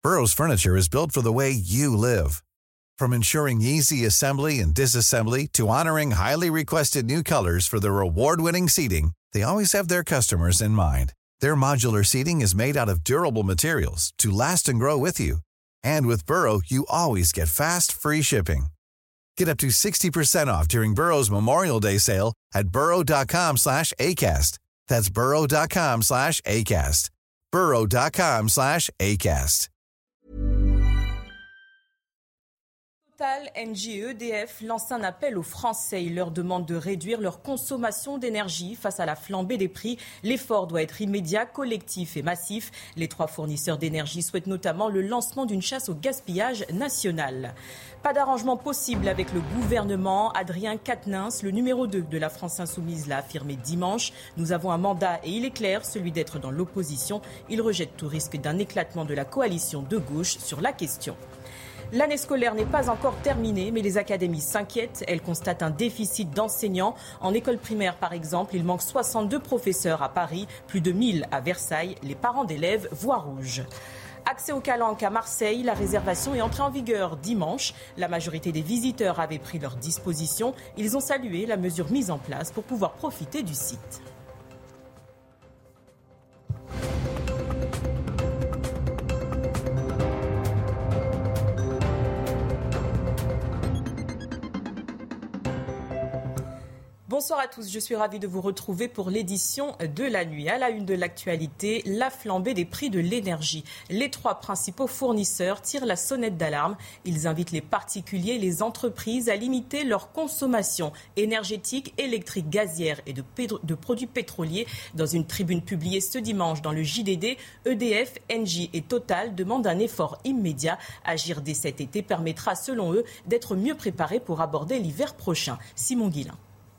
Burrow's furniture is built for the way you live. From ensuring easy assembly and disassembly to honoring highly requested new colors for their award-winning seating, they always have their customers in mind. Their modular seating is made out of durable materials to last and grow with you. And with Burrow, you always get fast, free shipping. Get up to 60% off during Burrow's Memorial Day sale at burrow.com/ACAST. That's burrow.com/ACAST. burrow.com/ACAST. Total, Engie et EDF lancent un appel aux Français. Ils leur demandent de réduire leur consommation d'énergie face à la flambée des prix. L'effort doit être immédiat, collectif et massif. Les trois fournisseurs d'énergie souhaitent notamment le lancement d'une chasse au gaspillage national. Pas d'arrangement possible avec le gouvernement. Adrien Quatennens, le numéro 2 de la France Insoumise, l'a affirmé dimanche. Nous avons un mandat et il est clair, celui d'être dans l'opposition. Il rejette tout risque d'un éclatement de la coalition de gauche sur la question. L'année scolaire n'est pas encore terminée, mais les académies s'inquiètent. Elles constatent un déficit d'enseignants. En école primaire, par exemple, il manque 62 professeurs à Paris, plus de 1000 à Versailles. Les parents d'élèves voient rouge. Accès au Calanque à Marseille, la réservation est entrée en vigueur dimanche. La majorité des visiteurs avaient pris leurs dispositions. Ils ont salué la mesure mise en place pour pouvoir profiter du site. Bonsoir à tous, je suis ravie de vous retrouver pour l'édition de la nuit. À la une de l'actualité, la flambée des prix de l'énergie. Les trois principaux fournisseurs tirent la sonnette d'alarme. Ils invitent les particuliers et les entreprises à limiter leur consommation énergétique, électrique, gazière et de produits pétroliers. Dans une tribune publiée ce dimanche dans le JDD, EDF, Engie et Total demandent un effort immédiat. Agir dès cet été permettra, selon eux, d'être mieux préparés pour aborder l'hiver prochain. Simon Guillain.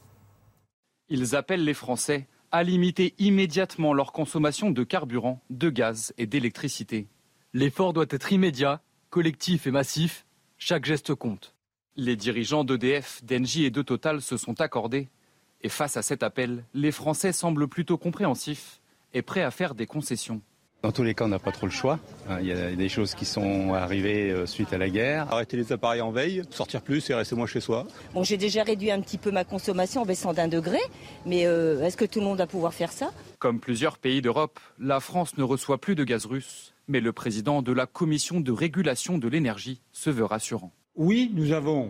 Ils appellent les Français à limiter immédiatement leur consommation de carburant, de gaz et d'électricité. L'effort doit être immédiat, collectif et massif. Chaque geste compte. Les dirigeants d'EDF, d'Engie et de Total se sont accordés. Et face à cet appel, les Français semblent plutôt compréhensifs et prêts à faire des concessions. Dans tous les cas, on n'a pas trop le choix. Il y a des choses qui sont arrivées suite à la guerre. Arrêter les appareils en veille, sortir plus et rester moins chez soi. Bon, j'ai déjà réduit un petit peu ma consommation en baissant d'1 degré, mais est-ce que tout le monde va pouvoir faire ça ? Comme plusieurs pays d'Europe, la France ne reçoit plus de gaz russe. Mais le président de la Commission de régulation de l'énergie se veut rassurant. Oui, nous avons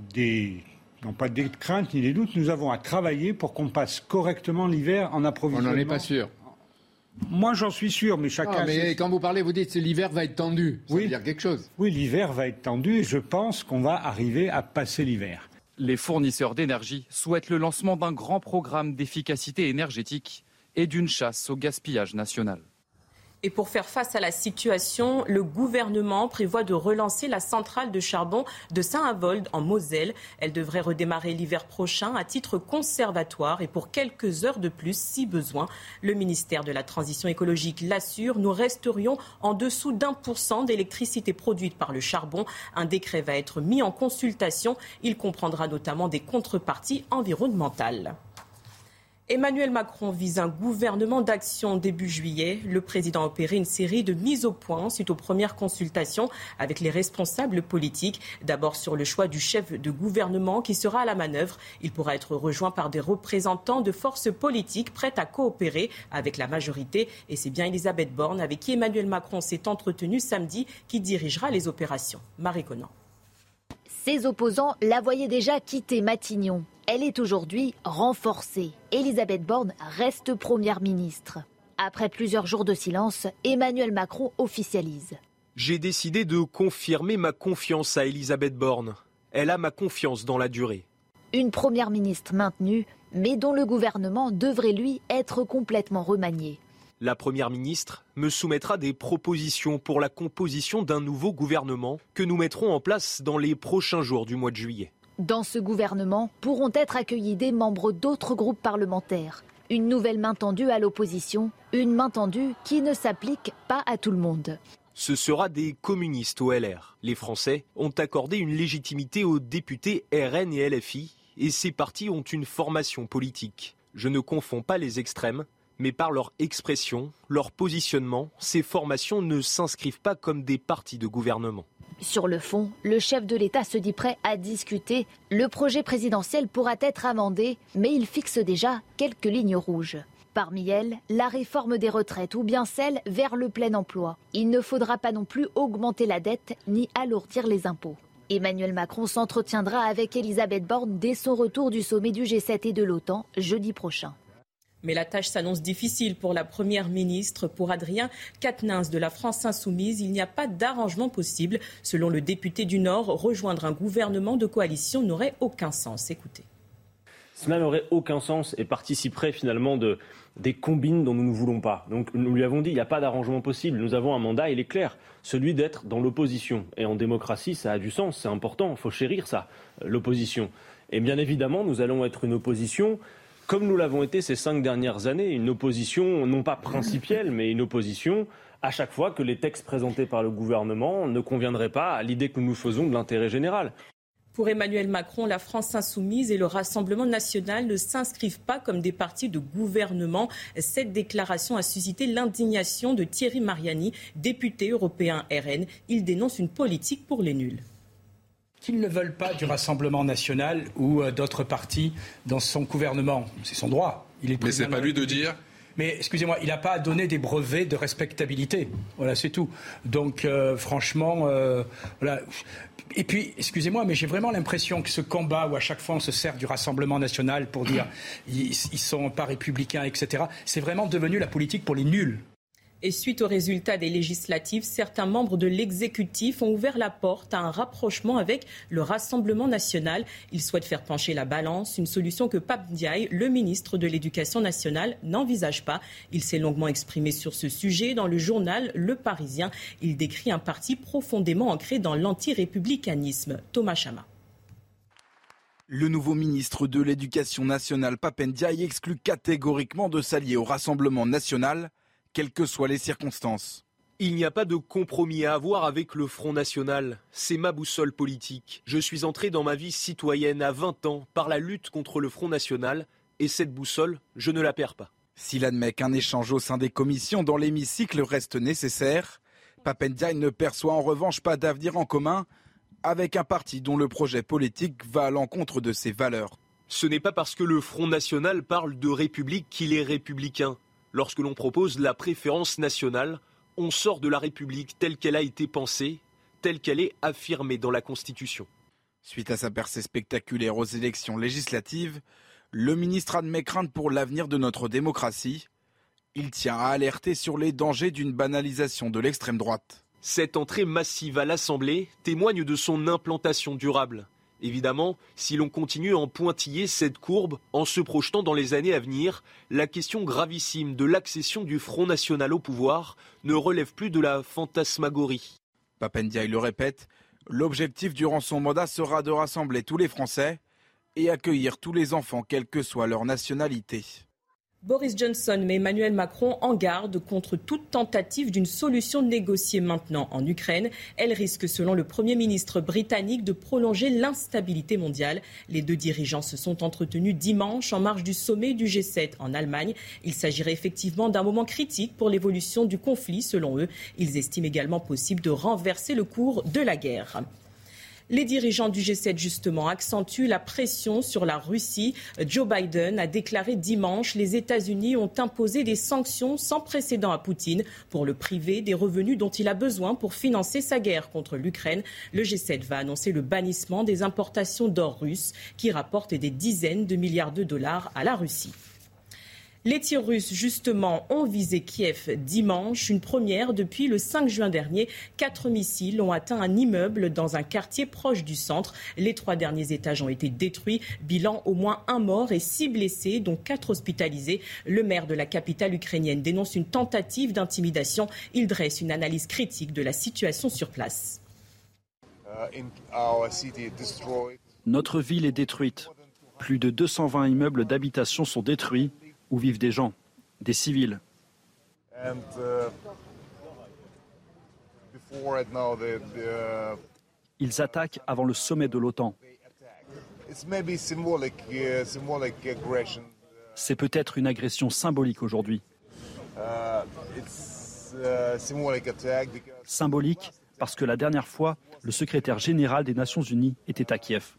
non pas des craintes ni des doutes, nous avons à travailler pour qu'on passe correctement l'hiver en approvisionnement. On n'en est pas sûr. Moi, j'en suis sûr, mais chacun... mais quand vous parlez, vous dites que l'hiver va être tendu. Ça veut dire quelque chose. Oui, l'hiver va être tendu et je pense qu'on va arriver à passer l'hiver. Les fournisseurs d'énergie souhaitent le lancement d'un grand programme d'efficacité énergétique et d'une chasse au gaspillage national. Et pour faire face à la situation, le gouvernement prévoit de relancer la centrale de charbon de Saint-Avold en Moselle. Elle devrait redémarrer l'hiver prochain à titre conservatoire et pour quelques heures de plus si besoin. Le ministère de la Transition écologique l'assure, nous resterions en dessous d'1% d'électricité produite par le charbon. Un décret va être mis en consultation. Il comprendra notamment des contreparties environnementales. Emmanuel Macron vise un gouvernement d'action début juillet. Le président a opéré une série de mises au point suite aux premières consultations avec les responsables politiques. D'abord sur le choix du chef de gouvernement qui sera à la manœuvre. Il pourra être rejoint par des représentants de forces politiques prêtes à coopérer avec la majorité. Et c'est bien Elisabeth Borne, avec qui Emmanuel Macron s'est entretenu samedi, qui dirigera les opérations. Marie Conan. Ses opposants la voyaient déjà quitter Matignon. Elle est aujourd'hui renforcée. Elisabeth Borne reste première ministre. Après plusieurs jours de silence, Emmanuel Macron officialise. J'ai décidé de confirmer ma confiance à Elisabeth Borne. Elle a ma confiance dans la durée. Une première ministre maintenue, mais dont le gouvernement devrait lui être complètement remanié. La première ministre me soumettra des propositions pour la composition d'un nouveau gouvernement que nous mettrons en place dans les prochains jours du mois de juillet. Dans ce gouvernement pourront être accueillis des membres d'autres groupes parlementaires. Une nouvelle main tendue à l'opposition, une main tendue qui ne s'applique pas à tout le monde. Ce sera des communistes au LR. Les Français ont accordé une légitimité aux députés RN et LFI et ces partis ont une formation politique. Je ne confonds pas les extrêmes, Mais par leur expression, leur positionnement, ces formations ne s'inscrivent pas comme des partis de gouvernement. Sur le fond, le chef de l'État se dit prêt à discuter. Le projet présidentiel pourra être amendé, mais il fixe déjà quelques lignes rouges. Parmi elles, la réforme des retraites ou bien celle vers le plein emploi. Il ne faudra pas non plus augmenter la dette ni alourdir les impôts. Emmanuel Macron s'entretiendra avec Elisabeth Borne dès son retour du sommet du G7 et de l'OTAN jeudi prochain. Mais la tâche s'annonce difficile pour la Première ministre. Pour Adrien Quatennens de la France Insoumise, il n'y a pas d'arrangement possible. Selon le député du Nord, rejoindre un gouvernement de coalition n'aurait aucun sens. Écoutez. Cela n'aurait aucun sens et participerait finalement des combines dont nous ne voulons pas. Donc nous lui avons dit, il n'y a pas d'arrangement possible. Nous avons un mandat, il est clair, celui d'être dans l'opposition. Et en démocratie, ça a du sens, c'est important, il faut chérir ça, l'opposition. Et bien évidemment, nous allons être une opposition, comme nous l'avons été ces 5 dernières années, une opposition non pas principielle, mais une opposition à chaque fois que les textes présentés par le gouvernement ne conviendraient pas à l'idée que nous nous faisons de l'intérêt général. Pour Emmanuel Macron, la France Insoumise et le Rassemblement national ne s'inscrivent pas comme des partis de gouvernement. Cette déclaration a suscité l'indignation de Thierry Mariani, député européen RN. Il dénonce une politique pour les nuls. Qu'ils ne veulent pas du Rassemblement national ou d'autres partis dans son gouvernement. C'est son droit. Mais c'est pas lui de dire... Mais excusez-moi, il n'a pas à donner des brevets de respectabilité. Voilà, c'est tout. Donc franchement, voilà. Et puis, excusez-moi, mais j'ai vraiment l'impression que ce combat où à chaque fois on se sert du Rassemblement national pour dire ils sont pas républicains, etc., c'est vraiment devenu la politique pour les nuls. Et suite aux résultats des législatives, certains membres de l'exécutif ont ouvert la porte à un rapprochement avec le Rassemblement national. Ils souhaitent faire pencher la balance, une solution que Pape Ndiaye, le ministre de l'Éducation nationale, n'envisage pas. Il s'est longuement exprimé sur ce sujet dans le journal Le Parisien. Il décrit un parti profondément ancré dans l'anti-républicanisme. Thomas Chama. Le nouveau ministre de l'Éducation nationale, Pape Ndiaye, exclut catégoriquement de s'allier au Rassemblement national, quelles que soient les circonstances. Il n'y a pas de compromis à avoir avec le Front National. C'est ma boussole politique. Je suis entré dans ma vie citoyenne à 20 ans par la lutte contre le Front National et cette boussole, je ne la perds pas. S'il admet qu'un échange au sein des commissions dans l'hémicycle reste nécessaire, Pape Ndiaye ne perçoit en revanche pas d'avenir en commun avec un parti dont le projet politique va à l'encontre de ses valeurs. Ce n'est pas parce que le Front National parle de République qu'il est républicain. Lorsque l'on propose la préférence nationale, on sort de la République telle qu'elle a été pensée, telle qu'elle est affirmée dans la Constitution. Suite à sa percée spectaculaire aux élections législatives, le ministre admet crainte pour l'avenir de notre démocratie. Il tient à alerter sur les dangers d'une banalisation de l'extrême droite. Cette entrée massive à l'Assemblée témoigne de son implantation durable. Évidemment, si l'on continue à en pointiller cette courbe en se projetant dans les années à venir, la question gravissime de l'accession du Front National au pouvoir ne relève plus de la fantasmagorie. Pape Ndiaye le répète, l'objectif durant son mandat sera de rassembler tous les Français et accueillir tous les enfants, quelle que soit leur nationalité. Boris Johnson met Emmanuel Macron en garde contre toute tentative d'une solution négociée maintenant en Ukraine. Elle risque, selon le Premier ministre britannique, de prolonger l'instabilité mondiale. Les deux dirigeants se sont entretenus dimanche en marge du sommet du G7 en Allemagne. Il s'agirait effectivement d'un moment critique pour l'évolution du conflit, selon eux. Ils estiment également possible de renverser le cours de la guerre. Les dirigeants du G7, justement, accentuent la pression sur la Russie. Joe Biden a déclaré dimanche que les États-Unis ont imposé des sanctions sans précédent à Poutine pour le priver des revenus dont il a besoin pour financer sa guerre contre l'Ukraine. Le G7 va annoncer le bannissement des importations d'or russe qui rapportent des dizaines de milliards de dollars à la Russie. Les tirs russes, justement, ont visé Kiev dimanche, une première depuis le 5 juin dernier. 4 missiles ont atteint un immeuble dans un quartier proche du centre. Les 3 derniers étages ont été détruits. Bilan, au moins 1 mort et 6 blessés, dont 4 hospitalisés. Le maire de la capitale ukrainienne dénonce une tentative d'intimidation. Il dresse une analyse critique de la situation sur place. Notre ville est détruite. Plus de 220 immeubles d'habitation sont détruits, où vivent des gens, des civils. Ils attaquent avant le sommet de l'OTAN. c'est peut-être une agression symbolique aujourd'hui. Symbolique parce que la dernière fois, le secrétaire général des Nations Unies était à Kiev.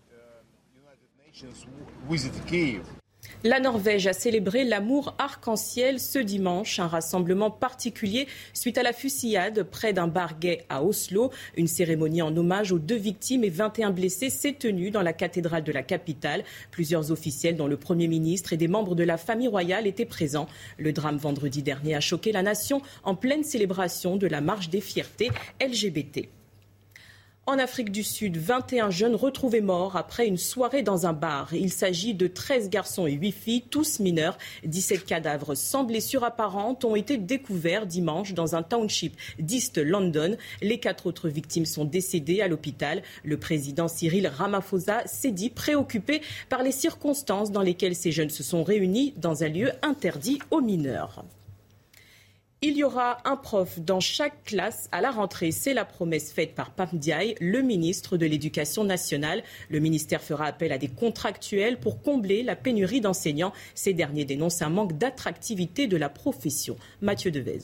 La Norvège a célébré l'amour arc-en-ciel ce dimanche, un rassemblement particulier suite à la fusillade près d'un bar gay à Oslo. Une cérémonie en hommage aux 2 victimes et 21 blessés s'est tenue dans la cathédrale de la capitale. Plusieurs officiels, dont le Premier ministre et des membres de la famille royale, étaient présents. Le drame vendredi dernier a choqué la nation en pleine célébration de la marche des fiertés LGBT. En Afrique du Sud, 21 jeunes retrouvés morts après une soirée dans un bar. Il s'agit de 13 garçons et 8 filles, tous mineurs. 17 cadavres sans blessures apparentes ont été découverts dimanche dans un township d'East London. Les 4 autres victimes sont décédées à l'hôpital. Le président Cyril Ramaphosa s'est dit préoccupé par les circonstances dans lesquelles ces jeunes se sont réunis dans un lieu interdit aux mineurs. Il y aura un prof dans chaque classe à la rentrée. C'est la promesse faite par Pap Ndiaye, le ministre de l'Éducation nationale. Le ministère fera appel à des contractuels pour combler la pénurie d'enseignants. Ces derniers dénoncent un manque d'attractivité de la profession. Mathieu Devez.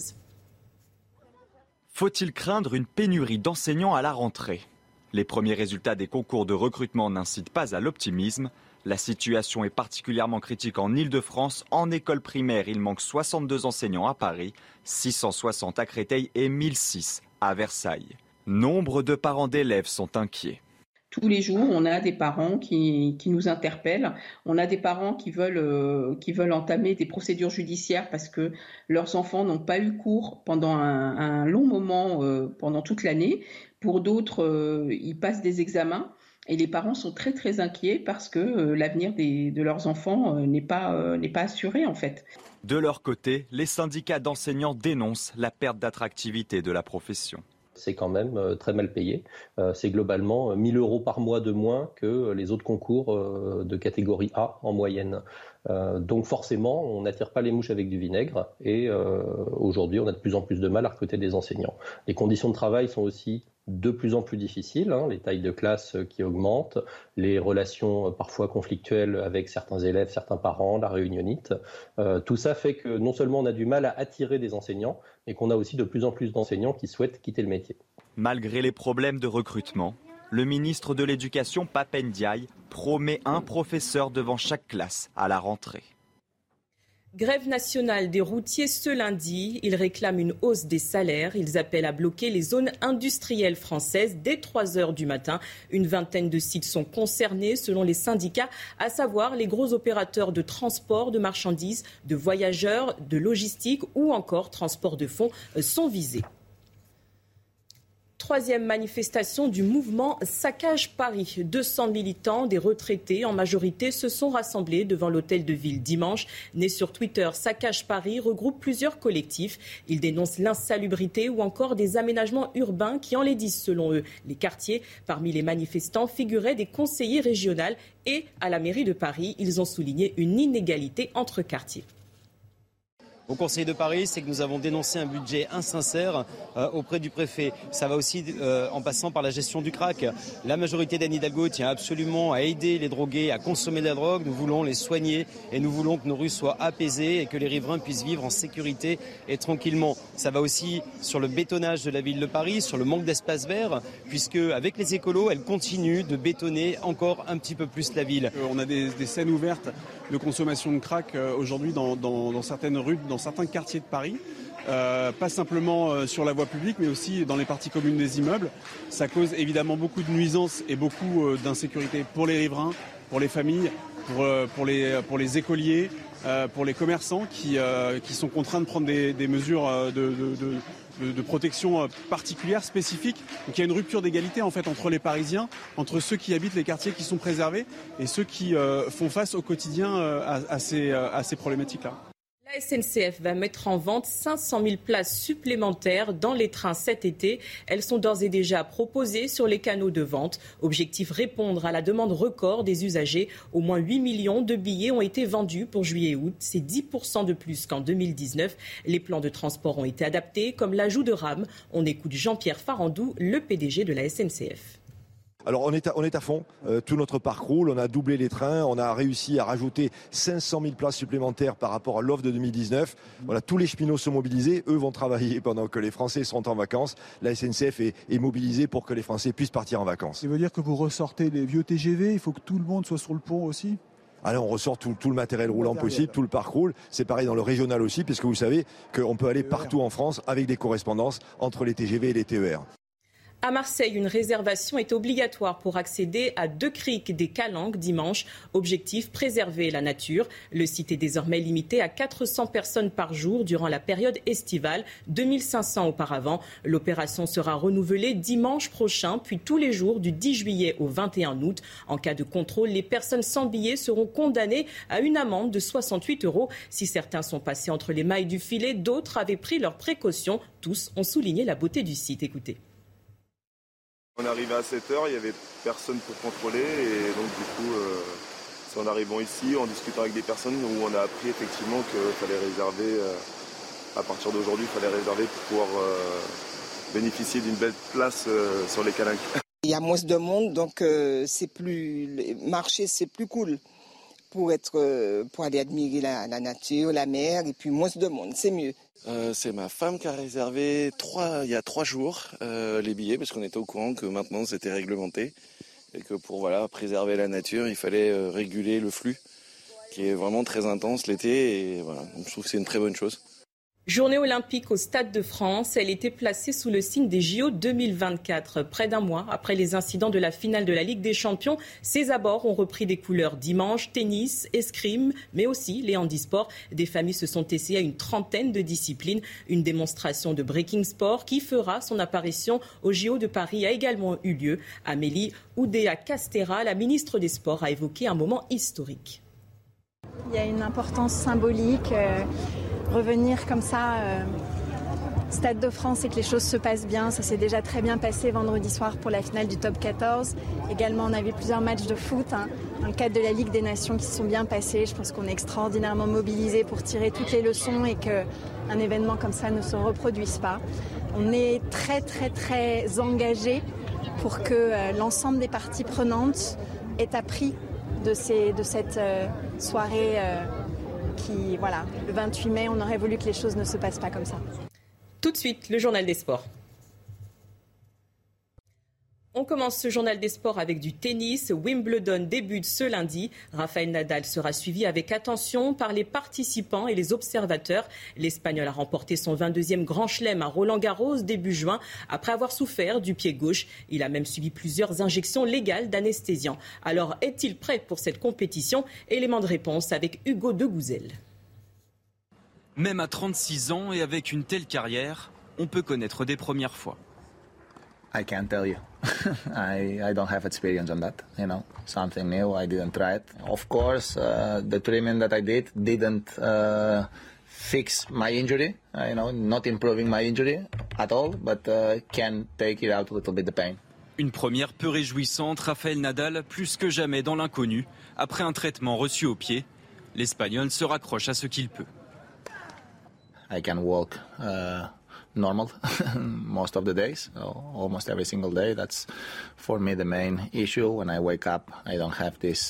Faut-il craindre une pénurie d'enseignants à la rentrée ? Les premiers résultats des concours de recrutement n'incitent pas à l'optimisme. La situation est particulièrement critique en Île-de-France. En école primaire, il manque 62 enseignants à Paris, 660 à Créteil et 1006 à Versailles. Nombre de parents d'élèves sont inquiets. Tous les jours, on a des parents qui nous interpellent. On a des parents qui veulent entamer des procédures judiciaires parce que leurs enfants n'ont pas eu cours pendant un long moment, pendant toute l'année. Pour d'autres, ils passent des examens. Et les parents sont très très inquiets parce que l'avenir de leurs enfants n'est pas assuré en fait. De leur côté, les syndicats d'enseignants dénoncent la perte d'attractivité de la profession. C'est quand même très mal payé. C'est globalement 1 000 € par mois de moins que les autres concours de catégorie A en moyenne. Donc forcément, on n'attire pas les mouches avec du vinaigre et aujourd'hui, on a de plus en plus de mal à recruter des enseignants. Les conditions de travail sont aussi de plus en plus difficiles, les tailles de classe qui augmentent, les relations parfois conflictuelles avec certains élèves, certains parents, la réunionnite. Tout ça fait que non seulement on a du mal à attirer des enseignants, mais qu'on a aussi de plus en plus d'enseignants qui souhaitent quitter le métier. Malgré les problèmes de recrutement, le ministre de l'Éducation, Pap Ndiaye, promet un professeur devant chaque classe à la rentrée. Grève nationale des routiers ce lundi. Ils réclament une hausse des salaires. Ils appellent à bloquer les zones industrielles françaises dès 3 heures du matin. Une vingtaine de sites sont concernés selon les syndicats, à savoir les gros opérateurs de transport de marchandises, de voyageurs, de logistique ou encore transport de fonds sont visés. 3e manifestation du mouvement Saccage Paris. 200 militants, des retraités en majorité, se sont rassemblés devant l'hôtel de ville dimanche. Né sur Twitter, Saccage Paris regroupe plusieurs collectifs. Ils dénoncent l'insalubrité ou encore des aménagements urbains qui enlaidissent selon eux les quartiers. Parmi les manifestants figuraient des conseillers régionaux et à la mairie de Paris, ils ont souligné une inégalité entre quartiers. Au Conseil de Paris, c'est que nous avons dénoncé un budget insincère auprès du préfet. Ça va aussi en passant par la gestion du crack. La majorité d'Anne Hidalgo tient absolument à aider les drogués à consommer de la drogue. Nous voulons les soigner et nous voulons que nos rues soient apaisées et que les riverains puissent vivre en sécurité et tranquillement. Ça va aussi sur le bétonnage de la ville de Paris, sur le manque d'espace vert, puisque avec les écolos, elles continuent de bétonner encore un petit peu plus la ville. On a des scènes ouvertes de consommation de crack aujourd'hui dans certaines rues, dans certains quartiers de Paris, pas simplement sur la voie publique, mais aussi dans les parties communes des immeubles. Ça cause évidemment beaucoup de nuisances et beaucoup d'insécurité pour les riverains, pour les familles, pour les écoliers, pour les commerçants qui sont contraints de prendre des mesures de protection particulière, spécifique. Donc il y a une rupture d'égalité en fait entre les Parisiens, entre ceux qui habitent les quartiers qui sont préservés et ceux qui font face au quotidien à ces problématiques-là. La SNCF va mettre en vente 500 000 places supplémentaires dans les trains cet été. Elles sont d'ores et déjà proposées sur les canaux de vente. Objectif, répondre à la demande record des usagers. Au moins 8 millions de billets ont été vendus pour juillet et août. C'est 10% de plus qu'en 2019. Les plans de transport ont été adaptés, comme l'ajout de rames. On écoute Jean-Pierre Farandou, le PDG de la SNCF. Alors on est à fond, tout notre parc roule, on a doublé les trains, on a réussi à rajouter 500 000 places supplémentaires par rapport à l'offre de 2019. Voilà, tous les cheminots sont mobilisés, eux vont travailler pendant que les Français seront en vacances. La SNCF est mobilisée pour que les Français puissent partir en vacances. Ça veut dire que vous ressortez les vieux TGV, il faut que tout le monde soit sur le pont aussi ? Alors on ressort tout le matériel roulant possible, tout le parc roule. C'est pareil dans le régional aussi, puisque vous savez qu'on peut aller partout en France avec des correspondances entre les TGV et les TER. À Marseille, une réservation est obligatoire pour accéder à Deux Criques des Calanques dimanche. Objectif, préserver la nature. Le site est désormais limité à 400 personnes par jour durant la période estivale, 2500 auparavant. L'opération sera renouvelée dimanche prochain, puis tous les jours du 10 juillet au 21 août. En cas de contrôle, les personnes sans billets seront condamnées à une amende de 68 €. Si certains sont passés entre les mailles du filet, d'autres avaient pris leurs précautions. Tous ont souligné la beauté du site. Écoutez. On est arrivé à 7h, il n'y avait personne pour contrôler et donc du coup, c'est en arrivant ici, en discutant avec des personnes où on a appris effectivement qu'il fallait réserver, à partir d'aujourd'hui, il fallait réserver pour pouvoir bénéficier d'une belle place sur les calanques. Il y a moins de monde, donc marcher c'est plus cool pour aller admirer la nature, la mer et puis moins de monde, c'est mieux. C'est ma femme qui a réservé il y a 3 jours les billets parce qu'on était au courant que maintenant c'était réglementé et que pour préserver la nature il fallait réguler le flux qui est vraiment très intense l'été et voilà, donc je trouve que c'est une très bonne chose. Journée olympique au Stade de France, elle était placée sous le signe des JO 2024. Près d'un mois après les incidents de la finale de la Ligue des Champions, ses abords ont repris des couleurs dimanche, tennis, escrime, mais aussi les handisports. Des familles se sont essayées à une trentaine de disciplines. Une démonstration de breaking sport qui fera son apparition aux JO de Paris a également eu lieu. Amélie Oudéa-Castéra, la ministre des Sports, a évoqué un moment historique. Il y a une importance symbolique. Revenir comme ça, Stade de France, et que les choses se passent bien. Ça s'est déjà très bien passé vendredi soir pour la finale du top 14. Également, on a vu plusieurs matchs de foot dans le cadre de la Ligue des Nations qui se sont bien passés. Je pense qu'on est extraordinairement mobilisés pour tirer toutes les leçons et qu'un événement comme ça ne se reproduise pas. On est très, très, très engagés pour que l'ensemble des parties prenantes aient appris de cette soirée le 28 mai, on aurait voulu que les choses ne se passent pas comme ça. Tout de suite, le journal des sports. On commence ce journal des sports avec du tennis. Wimbledon débute ce lundi. Rafael Nadal sera suivi avec attention par les participants et les observateurs. L'Espagnol a remporté son 22e Grand Chelem à Roland-Garros début juin après avoir souffert du pied gauche. Il a même subi plusieurs injections légales d'anesthésiant. Alors, est-il prêt pour cette compétition ? Élément de réponse avec Hugo de Gouzel. Même à 36 ans et avec une telle carrière, on peut connaître des premières fois. I can't tell you. I don't have experience on that, something new. I didn't try it. Of course, the treatment that I didn't fix my injury, not improving my injury at all, but can take it out a little bit the pain. Une première peu réjouissante, Rafael Nadal plus que jamais dans l'inconnu. Après un traitement reçu au pied, l'Espagnol se raccroche à ce qu'il peut. I can walk normal most of the days, almost every single day. That's for me the main issue. When I wake up, I don't have this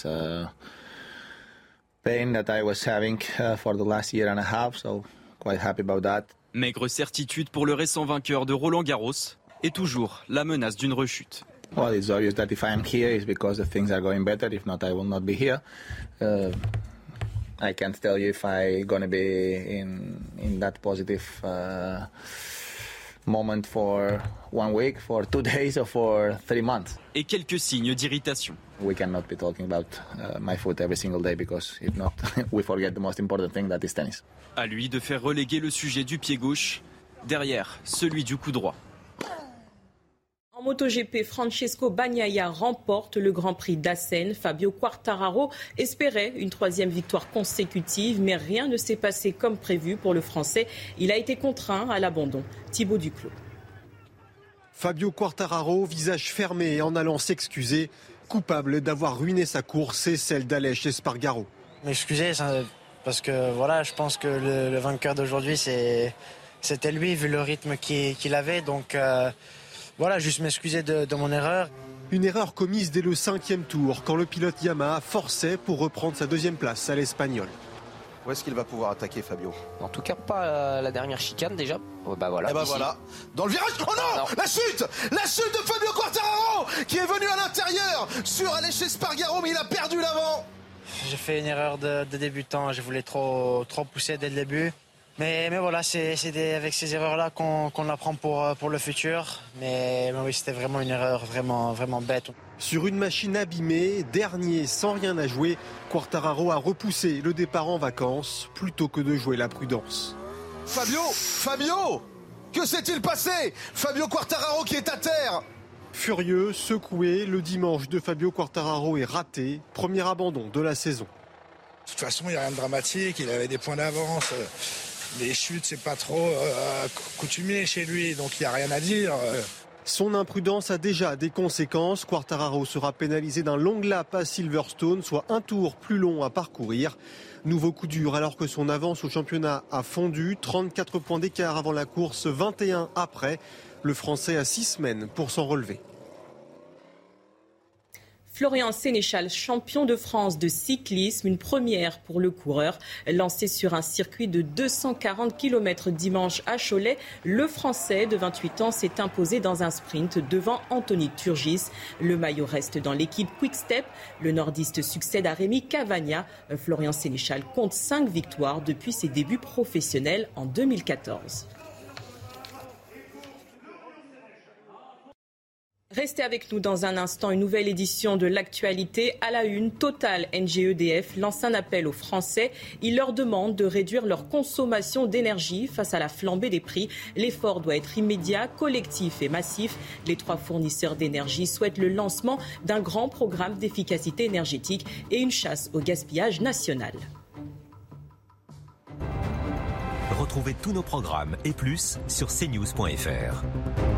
pain that I was having for the last year and a half, so quite happy about that. Maigre certitude pour le récent vainqueur de Roland-Garros et toujours la menace d'une rechute. Well, it's obvious that if I am here, it's because the things are going better. If not, I will not be here. I can't tell you if I'm going to be in that positive moment for 1 week, for 2 days or for 3 months. Et quelques signes d'irritation. We cannot be talking about my foot every single day because if not, we forget the most important thing, that is tennis. À lui de faire reléguer le sujet du pied gauche, derrière celui du coup droit. En MotoGP, Francesco Bagnaia remporte le Grand Prix d'Assen. Fabio Quartararo espérait une 3e victoire consécutive, mais rien ne s'est passé comme prévu pour le Français. Il a été contraint à l'abandon. Thibaut Duclos. Fabio Quartararo, visage fermé en allant s'excuser, coupable d'avoir ruiné sa course et celle d'Aleix Espargaro. M'excuser, parce que je pense que le vainqueur d'aujourd'hui, c'était lui, vu le rythme qu'il avait. Donc voilà, juste m'excuser de mon erreur. Une erreur commise dès le 5e tour, quand le pilote Yamaha forçait pour reprendre sa 2e place à l'Espagnol. Où est-ce qu'il va pouvoir attaquer, Fabio? En tout cas, pas la dernière chicane déjà. Voilà. Voilà. Dans le virage. Oh non, la chute de Fabio Quartararo qui est venu à l'intérieur sur Aleix Espargaro, mais il a perdu l'avant. J'ai fait une erreur de débutant. Je voulais trop pousser dès le début. Mais voilà, c'est avec ces erreurs-là qu'on apprend pour le futur. Mais oui, c'était vraiment une erreur vraiment bête. Sur une machine abîmée, dernier sans rien à jouer, Quartararo a repoussé le départ en vacances plutôt que de jouer la prudence. Fabio, que s'est-il passé? Fabio Quartararo qui est à terre. Furieux, secoué, le dimanche de Fabio Quartararo est raté. Premier abandon de la saison. De toute façon, il n'y a rien de dramatique. Il avait des points d'avance. Les chutes, c'est pas trop coutumier chez lui, donc il n'y a rien à dire. Son imprudence a déjà des conséquences. Quartararo sera pénalisé d'un long lap à Silverstone, soit un tour plus long à parcourir. Nouveau coup dur alors que son avance au championnat a fondu. 34 points d'écart avant la course, 21 après. Le Français a 6 semaines pour s'en relever. Florian Sénéchal, champion de France de cyclisme, une première pour le coureur. Lancé sur un circuit de 240 km dimanche à Cholet, le Français de 28 ans s'est imposé dans un sprint devant Anthony Turgis. Le maillot reste dans l'équipe Quick Step. Le nordiste succède à Rémi Cavagna. Florian Sénéchal compte 5 victoires depuis ses débuts professionnels en 2014. Restez avec nous dans un instant, une nouvelle édition de l'actualité. À la une, Total NG-EDF lance un appel aux Français. Il leur demande de réduire leur consommation d'énergie face à la flambée des prix. L'effort doit être immédiat, collectif et massif. Les 3 fournisseurs d'énergie souhaitent le lancement d'un grand programme d'efficacité énergétique et une chasse au gaspillage national. Retrouvez tous nos programmes et plus sur cnews.fr.